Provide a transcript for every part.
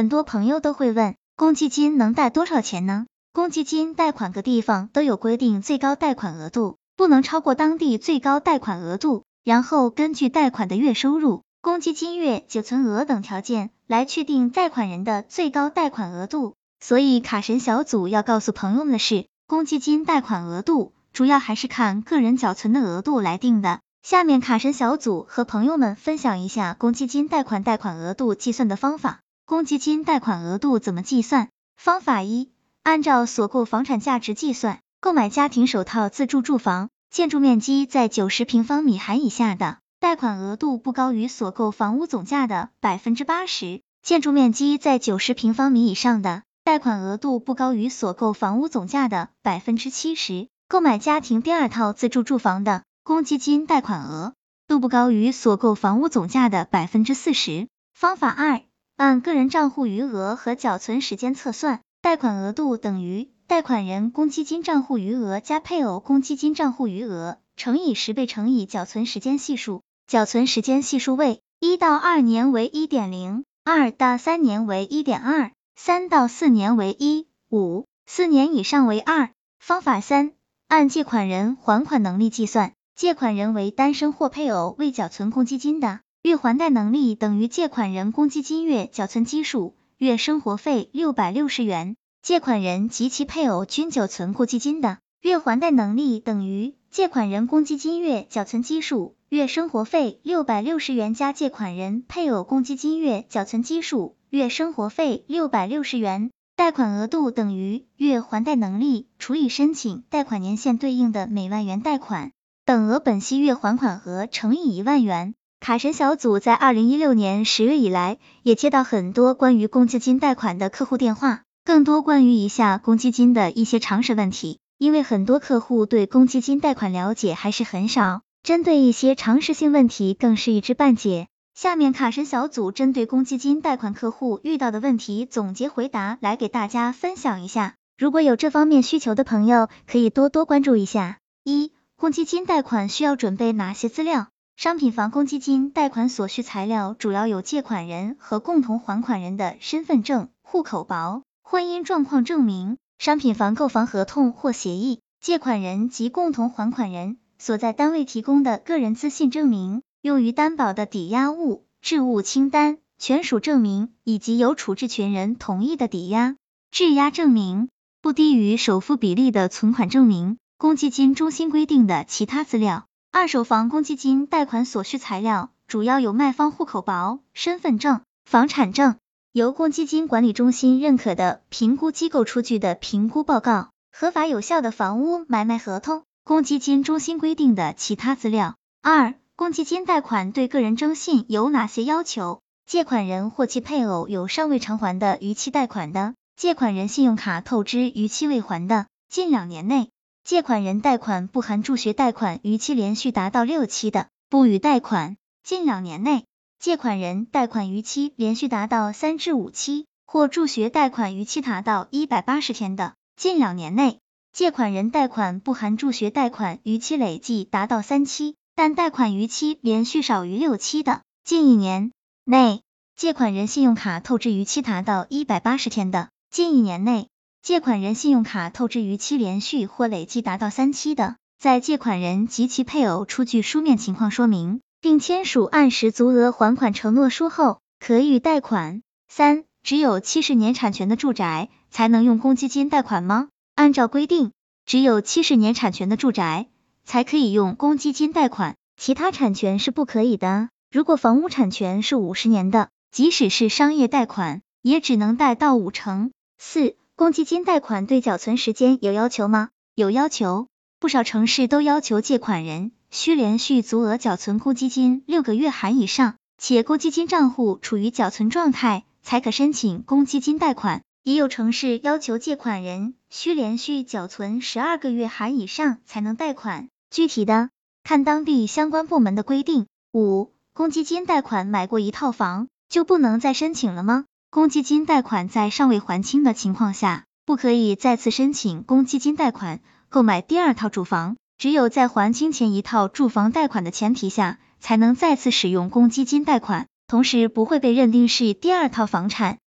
很多朋友都会问，公积金能贷多少钱呢？公积金贷款各地方都有规定最高贷款额度，不能超过当地最高贷款额度，然后根据贷款的月收入、公积金月久存额等条件来确定贷款人的最高贷款额度。所以卡神小组要告诉朋友们的是，公积金贷款额度主要还是看个人缴存的额度来定的。下面卡神小组和朋友们分享一下公积金贷款额度计算的方法。公积金贷款额度怎么计算？方法一，按照所购房产价值计算，购买家庭首套自住住房，建筑面积在90平方米含以下的，贷款额度不高于所购房屋总价的 80%， 建筑面积在90平方米以上的，贷款额度不高于所购房屋总价的 70%， 购买家庭第二套自住住房的，公积金贷款额度不高于所购房屋总价的 40%。 方法二，按个人账户余额和缴存时间测算，贷款额度等于贷款人公积金账户余额加配偶公积金账户余额乘以10倍乘以缴存时间系数，缴存时间系数为1到2年为 1.0， 2到3年为 1.2， 3到4年为1， 5、4年以上为2。方法三，按借款人还款能力计算，借款人为单身或配偶未缴存公积金的，月还贷能力等于借款人公积金月缴存基数，月生活费660元，借款人及其配偶均缴存公积金的，月还贷能力等于借款人公积金月缴存基数，月生活费660元加借款人配偶公积金月缴存基数，月生活费660元，贷款额度等于月还贷能力除以申请贷款年限对应的每万元贷款等额本息月还款额乘以1万元。卡神小组在2016年10月以来，也接到很多关于公积金贷款的客户电话，更多关于以下公积金的一些常识问题，因为很多客户对公积金贷款了解还是很少，针对一些常识性问题更是一知半解。下面卡神小组针对公积金贷款客户遇到的问题总结回答来给大家分享一下，如果有这方面需求的朋友可以多多关注一下。一、公积金贷款需要准备哪些资料？商品房公积金贷款所需材料主要有借款人和共同还款人的身份证、户口簿、婚姻状况证明、商品房购房合同或协议、借款人及共同还款人所在单位提供的个人资信证明、用于担保的抵押物、质物清单、权属证明以及由处置权人同意的抵押、质押证明，不低于首付比例的存款证明，公积金中心规定的其他资料。二手房公积金贷款所需材料主要有卖方户口簿、身份证、房产证，由公积金管理中心认可的评估机构出具的评估报告，合法有效的房屋买卖合同，公积金中心规定的其他资料。二、公积金贷款对个人征信有哪些要求？借款人或其配偶有尚未偿还的逾期贷款的，借款人信用卡透支逾期未还的，近2年内借款人贷款不含助学贷款逾期连续达到6期的，不予贷款；近2年内借款人贷款逾期连续达到3至5期，或助学贷款逾期达到180天的，近2年内借款人贷款不含助学贷款逾期累计达到3期，但贷款逾期连续少于6期的，近1年内借款人信用卡透支逾期达到180天的，近1年内借款人信用卡透支逾期连续或累计达到3期的，在借款人及其配偶出具书面情况说明，并签署按时足额还款承诺书后，可予贷款。三、只有70年产权的住宅才能用公积金贷款吗？按照规定，只有70年产权的住宅才可以用公积金贷款，其他产权是不可以的。如果房屋产权是50年的，即使是商业贷款，也只能贷到5成。四、公积金贷款对缴存时间有要求吗？有要求，不少城市都要求借款人需连续足额缴存公积金6个月含以上，且公积金账户处于缴存状态，才可申请公积金贷款。也有城市要求借款人需连续缴存12个月含以上才能贷款，具体的看当地相关部门的规定。五、公积金贷款买过一套房就不能再申请了吗？公积金贷款在尚未还清的情况下，不可以再次申请公积金贷款购买第二套住房，只有在还清前一套住房贷款的前提下，才能再次使用公积金贷款，同时不会被认定是第二套房产。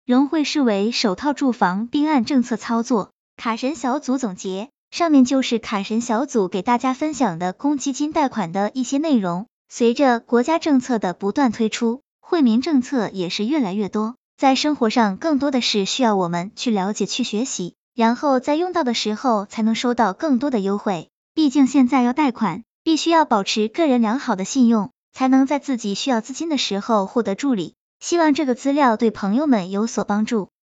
仍会视为首套住房并按政策操作。卡神小组总结，上面就是卡神小组给大家分享的公积金贷款的一些内容。随着国家政策的不断推出，惠民政策也是越来越多，在生活上更多的是需要我们去了解去学习，然后在用到的时候才能收到更多的优惠。毕竟现在要贷款，必须要保持个人良好的信用，才能在自己需要资金的时候获得助理。希望这个资料对朋友们有所帮助。